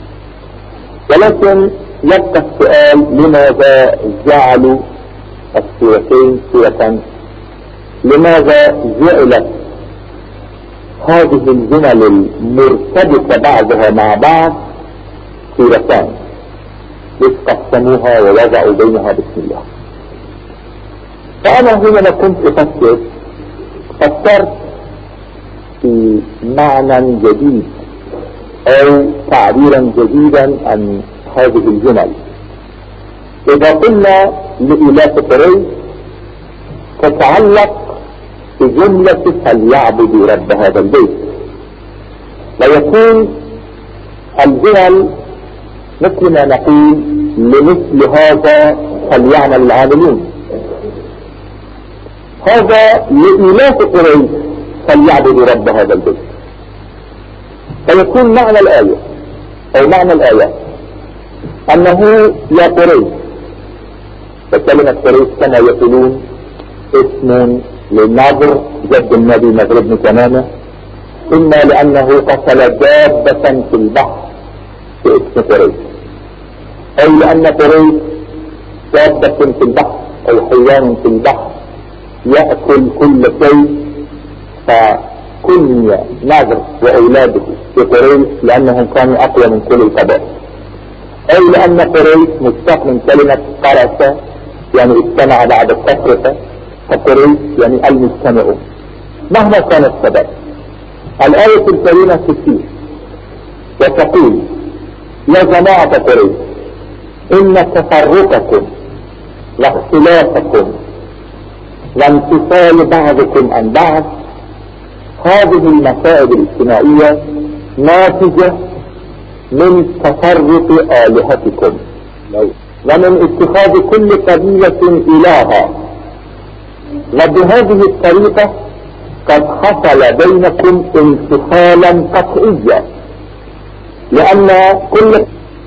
ولكن يبقى السؤال: لماذا جعلوا السورتين سورة؟ لماذا جعلت هذه الجمل المرتبطة بعضها مع بعض سورتان؟ ليش قسموها ووضعوا بينها بسم الله؟ فأنا حينما كنت أفكر فكرت في معنى جديد أو تعبيرا جديدا عن هذه الجمل. إذا قلنا لإله قريش تتعلق بجملة فليعبدوا رب هذا البيت، ويكون الجمل مثل ما نقول لمثل هذا فليعمل العاملون. هذا لإله قريش فليعبدوا رب هذا البيت، فيكون معنى الآية أو معنى الآية أنه يا قريش، فكلمة قريش كما يقولون اسم للناظر جد النبي نضر بن كنانة، إما لأنه قتل دابة في البحر باسم قريش، أو لأن قريش دابة في البحر أو حيوان في البحر يأكل كل شيء، فكني ناظر وأولاده بقريش لأنهم كانوا أقوى من كل القبائل، أو لأن قريش مشتق من كلمة قرصة يعني اجتمع بعد التفرقة، فقريش يعني المجتمعون. مهما كان السبب، الآية الكريمة تشير وتقول: يا جماعة قريش، إن تفرقكم واختلافكم وانفصال بعضكم عن بعض هذه المصائب الاجتماعية ناتجة من تفرق آلهتكم ومن اتخاذ كل قبيلة إلها، وبهذه الطريقة قد حصل بينكم انفصالا قطعيا، لأن كل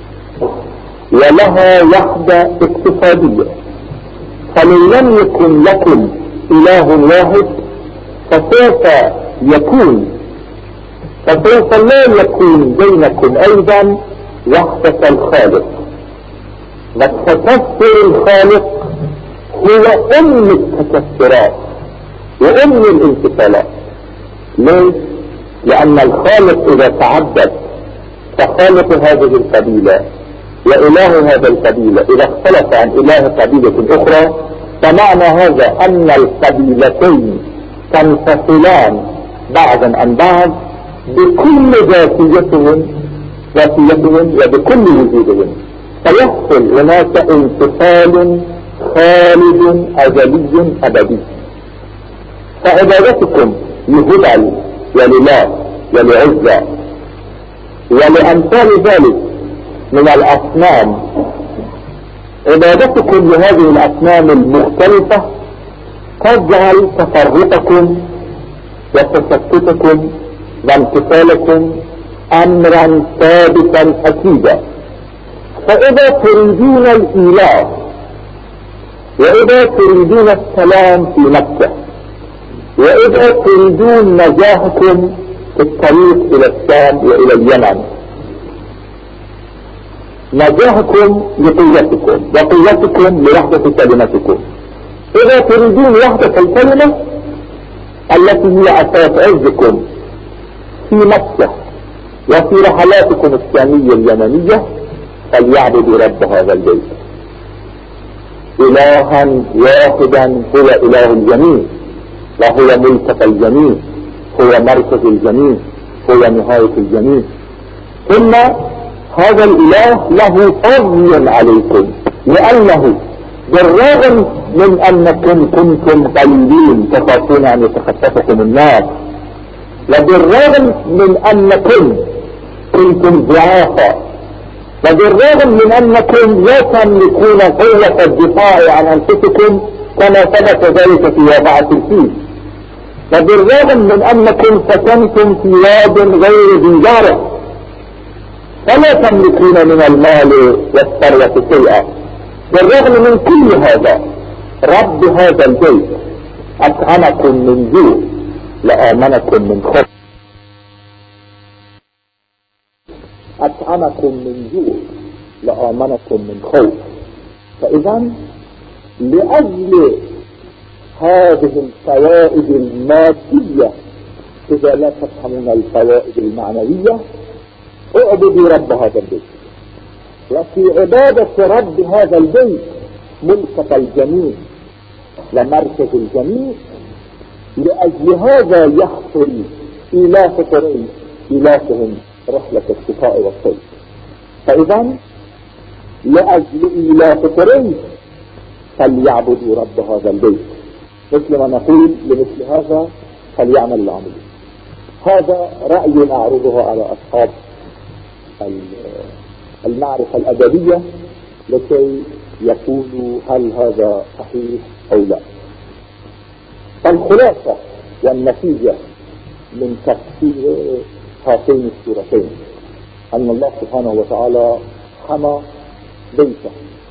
ولها وحدة اقتصادية، فمن لم يكن لكم إله واحد فسوف يكون فسوف لا يكون بينكم أيضا وحدة الخالق، والتكسر الخالق هو أم التكسرات وأم الانفصالات. ليش؟ لأن الخالق إذا تعدد فخالق هذه القبيلة وإله هذه القبيلة إذا اختلف عن إله قبيلة أخرى، فمعنى هذا أن القبيلتين تنفصلان بعضا عن بعض بكل ذاتيتهم ذاتيتهم وبكل وجودهم، فيحصل هناك انفصال خالد أزلي أبدي. فعبادتكم لهبل ولله ولعزة ولأمثال ذلك من الأصنام، عبادتكم لهذه الأصنام المختلفة تجعل تفرقكم وتشتتكم وانفصالكم أمرا ثابتا أكيدا. فإذا تريدون الإله وإذا تريدون السلام في مكة وإذا تريدون نجاحكم في الطريق إلى الشام وإلى اليمن، نجاحكم لقوتكم وقوتكم لوحدة كلمتكم، إذا تريدون وحدة الكلمة التي هي أساس عزكم في مكة وفي رحلاتكم الشامية اليمنية فليعبدوا رب هذا البيت إلها واحدا هو إله الجميع وهو ملتقى الجميع، هو مركز الجميع، هو نهاية الجميع. ثم هذا الإله له فضل عليكم، لأنه بالرغم من أنكم كنتم قليلين تخافون أن يتخطفكم الناس، وبالرغم من أنكم كنتم ضعافا، وبالرغم من أنكم لا تملكون قوة الدفاع عن أنفسكم كما ثبت ذلك في واقعة الفيل، وبالرغم من أنكم سكنتم في واد غير ذي زرع فلا تملكون من المال والثروة شيئا، بالرغم من كل هذا رب هذا البيت أطعمكم من جوع لآمنكم من خوف، أطعمكم من جوع لآمنكم من خوف. فإذا لأجل هذه الفوائد المادية إذا لا تفهمون الفوائد المعنوية اعبدوا رب هذا البيت. وفي عبادة رب هذا البيت ملتقى الجميع ومركز الجميع، لأجل هذا يحصل إله قريش إلههم رحلة الشتاء والصيف. فإذا لأجل إله قريش فليعبدوا رب هذا البيت، مثل ما نقول لمثل هذا فليعمل العمل. هذا رأي أعرضه على أصحاب المعرفة الأدبية لكي يقولوا هل هذا صحيح أو لا. فالخلاصة والنتيجة من تفسير هاتين السورتين أن الله سبحانه وتعالى حمى بيته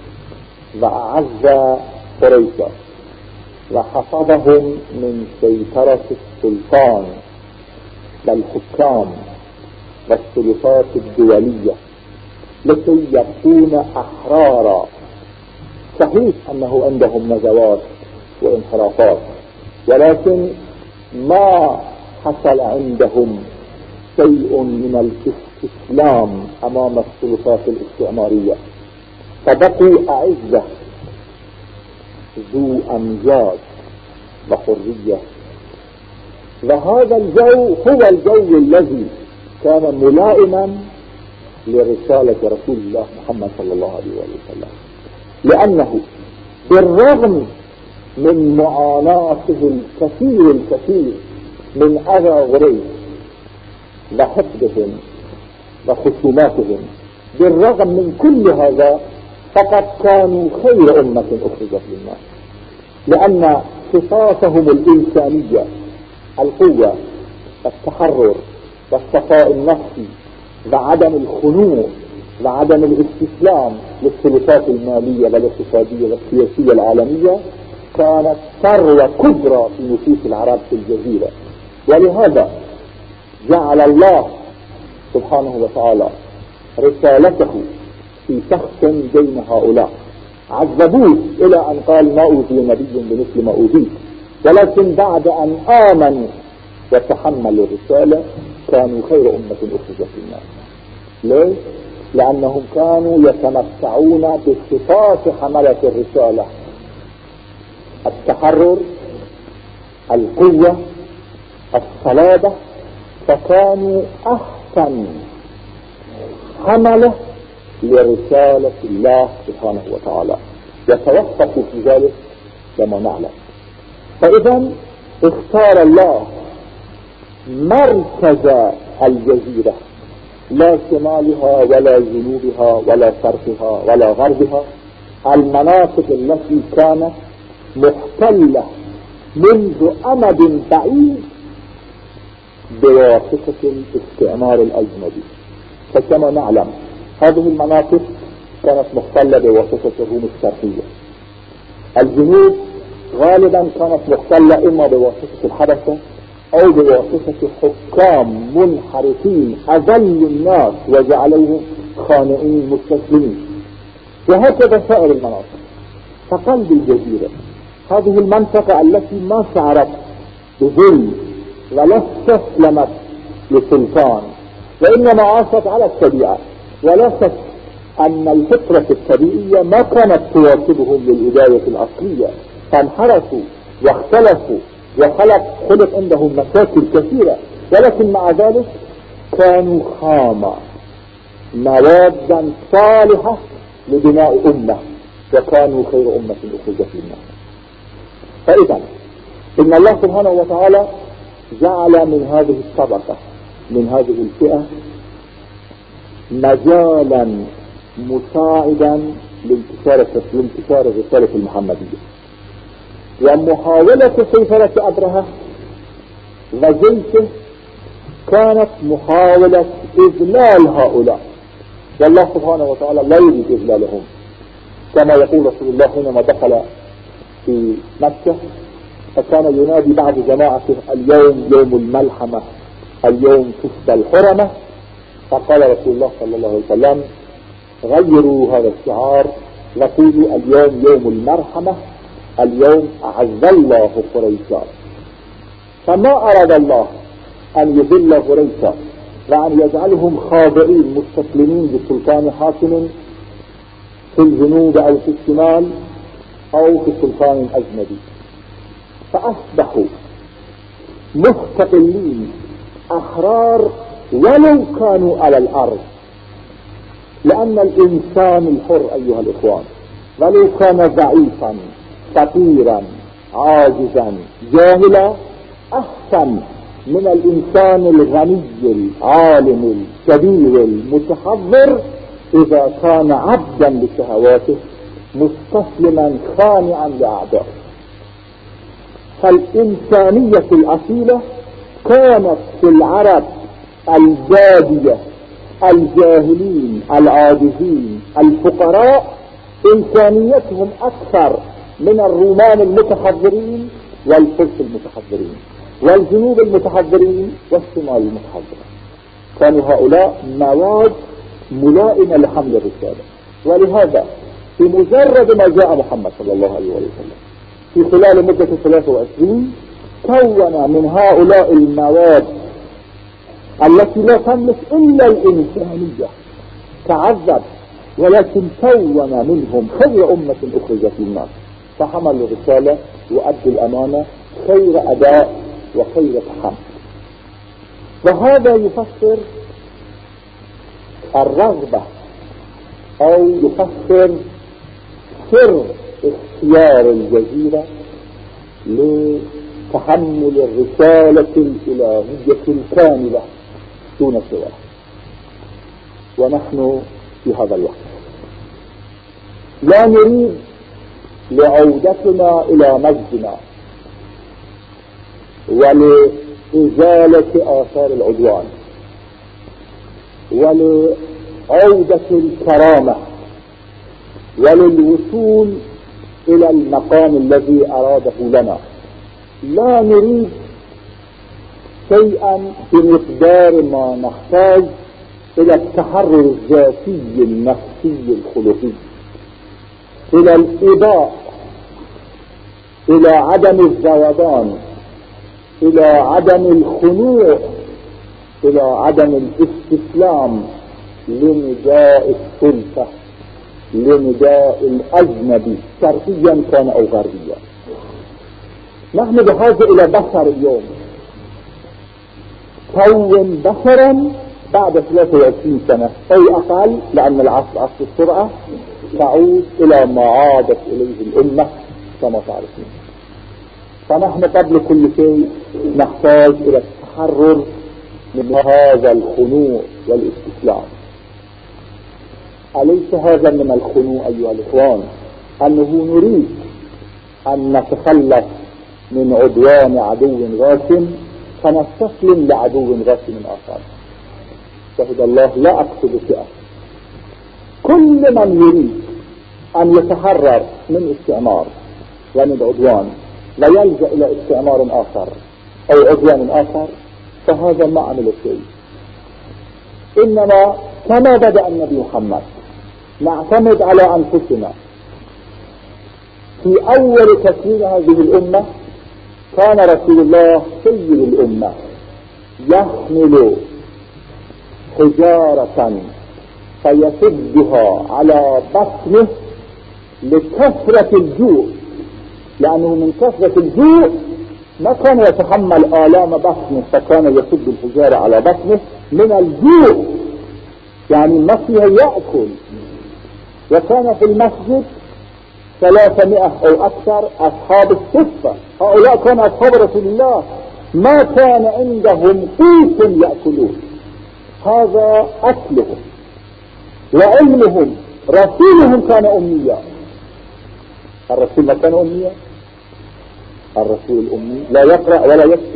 وأعز قريشا وحفظهم من سيطرة السلطان والحكام والسلطات الدولية لكي يكون أحرارا. صحيح أنه عندهم نزوات وانحرافات، ولكن ما حصل عندهم شيء من الاستسلام أمام السلطات الاستعمارية، فبقوا أعزة ذو أمجاد وحرية. وهذا الجو هو الجو الذي كان ملائما لرسالة رسول الله محمد صلى الله عليه وسلم، لأنه بالرغم من معاناته الكثير الكثير من أذى قريش وحقدهم وخصوماتهم، بالرغم من كل هذا فقد كانوا خير أمة أخرجت للناس، لأن صفاتهم الإنسانية القوة والتحرر والصفاء النفسي وعدم الخنوع وعدم الاستسلام للسلطات المالية والاقتصادية والسياسية العالمية كانت ثروة كبرى في نفوس العرب في الجزيرة. ولهذا جعل الله سبحانه وتعالى رسالته في شخص بين هؤلاء، عذبوه إلى أن قال ما أوتي نبي بمثل ما أوتيت، ولكن بعد أن آمنوا وتحملوا الرسالة كانوا خير أمة أخرجت للناس. ليه؟ لأنهم كانوا يتمتعون بصفات حملة الرسالة: التحرر، القوة، الصلابة، فكانوا أحسن حملة لرسالة الله سبحانه وتعالى، يتوفقوا في ذلك كما نعلم. فإذا اختار الله مركز الجزيرة، لا شمالها ولا جنوبها ولا شرقها ولا غربها، المناطق التي كانت محتلة منذ أمد بعيد بواسطة الاستعمار الأجنبي. فكما نعلم هذه المناطق كانت محتلة بواسطة الروم الشرقية. الجنوب غالبا كانت محتلة إما بواسطة الحبشة أو بواسطة حكام منحرفين أذلوا الناس وجعلوهم خانعين مستسلمين، وهكذا سائر المناطق. فقلب الجزيرة هذه المنطقة التي ما شعرت بظلم ولا استسلمت لسلطان، وإنما عاشت على الطبيعة. ولا شك أن الفطرة الطبيعية ما كانت تواكبهم للإداية الأصلية، فانحرفوا واختلفوا وخلق خلق عندهم مشاكل كثيرة، ولكن مع ذلك كانوا خامة موادا صالحة لبناء أمة، وكانوا خير أمة أخرجت للناس. فإذا إن الله سبحانه وتعالى جعل من هذه الطبقة من هذه الفئة مجالا مساعدا لانتشار لانتشار الرسالة المحمدية، ومحاولة سيطرة أبرهة وجيشه كانت محاولة إذلال هؤلاء، والله سبحانه وتعالى لا يريد إذلالهم، كما يقول رسول الله حينما دخل في مكة فكان ينادي بعد جماعته: اليوم يوم الملحمة، اليوم تفدى الحرمة. فقال رسول الله صلى الله عليه وسلم: غيروا هذا الشعار وقولوا اليوم يوم المرحمة، اليوم أعز الله قريشا. فما أراد الله أن يذل قريشا وأن يجعلهم خاضعين مستسلمين لسلطان حاكم في الجنوب أو في الشمال أو في سلطان أجنبي، فأصبحوا مستقلين أحرار ولو كانوا على الأرض، لأن الإنسان الحر أيها الإخوان ولو كان ضعيفا فقيرا عاجزا جاهلا أحسن من الإنسان الغني العالم الكبير المتحضر إذا كان عبدا لشهواته مستسلما خانعا لأعدائه. فالإنسانية الأصيلة كانت في العرب البادية الجاهلين العاجزين الفقراء إنسانيتهم أكثر من الرومان المتحضرين والفرس المتحضرين والجنوب المتحضرين والشمال المتحضرين. كانوا هؤلاء مواد ملائمة لحمل الرسالة، ولهذا في مجرد ما جاء محمد صلى الله عليه وسلم في خلال مدة ثلاثة وعشرين كون من هؤلاء المواد التي لا تملك إلا الإنسانية تعذب، ولكن كون منهم خير أمة أخرجت للناس، فحملوا الرسالة وأدوا الأمانة خير أداء وخير تحمل. وهذا يفسر الرغبة أو يفسر سر اختيار الجزيرة لتحمل الرسالة الإلهية الكاملة دون سواه. ونحن في هذا الوقت لا نريد لعودتنا إلى مجدنا ولإزالة آثار العدوان ولعودة الكرامة وللوصول إلى المقام الذي أراده لنا. لا نريد شيئا بمقدار ما نحتاج إلى التحرر الذاتي النفسي الخلقي، إلى الإباء، إلى عدم الذوبان، إلى عدم الخنوع، إلى عدم الاستسلام لنداء السلطة، لنداء الأجنبي شرقيا كان أو غربيا. نحن بحاجة إلى بشر اليوم، كون بشرا بعد ثلاثة وعشرين سنة أو أقل، لأن العصر عصر السرعة، تعود إلى ما عادت إليه الأمة كما تعرفون. فنحن قبل كل شيء نحتاج إلى التحرر من هذا الخنوع والاستسلام. أليس هذا من الخنوع أيها الإخوان أنه نريد أن نتخلص من عدوان عدو غاشم فنستسلم لعدو غاشم آخر؟ شهد الله لا أقصد فئة، كل من يريد أن يتحرر من استعمار ومن عدوان ويلجأ إلى استعمار آخر أو عدوان آخر فهذا ما عمل شيء. إنما كما بدأ النبي محمد نعتمد على أنفسنا. في أول تكوين هذه الأمة كان رسول الله سيد الأمة يحمل حجارة فيسدها على بطنه لكثرة الجوع، لأنه من كثرة الجوع ما كان يتحمل آلام بطنه فكان يسد الحجارة على بطنه من الجوع، يعني ما فيها يأكل. وكان في المسجد ثلاثمائة أو أكثر أصحاب الصفة، هؤلاء كانوا أصحاب رسول الله، ما كان عندهم قوت يأكلون، هذا أكلهم وعلمهم. رسولهم كان أميا، الرسول ما كان أميا، الرسول الأمي لا يقرأ ولا يكتب.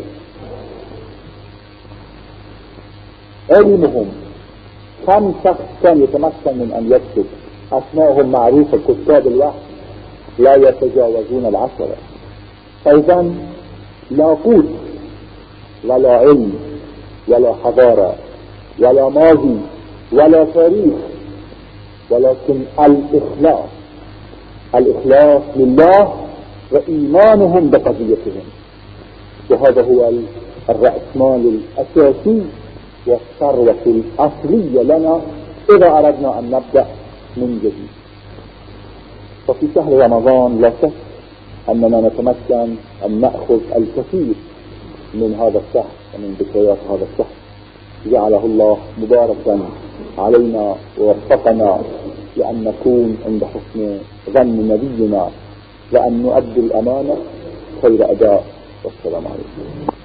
علمهم كم شخص كان يتمكن من أن يكتب، أسماءهم معروفة، كتاب الوحي لا يتجاوزون العشرة. أيضا لا قوت ولا علم ولا حضارة ولا ماضي ولا تاريخ، ولكن الإخلاص، الإخلاص لله وإيمانهم بقضيتهم، وهذا هو الرأسمال الأساسي والثروة الأصلية لنا إذا أردنا أن نبدأ من جديد. ففي شهر رمضان لا شك أننا نتمكن أن نأخذ الكثير من هذا الشهر ومن ذكريات هذا الشهر. جعله الله مباركا علينا ووفقنا لأن نكون عند حسن ظن نبينا وأن نؤدي الأمانة خير أداء. والسلام عليكم.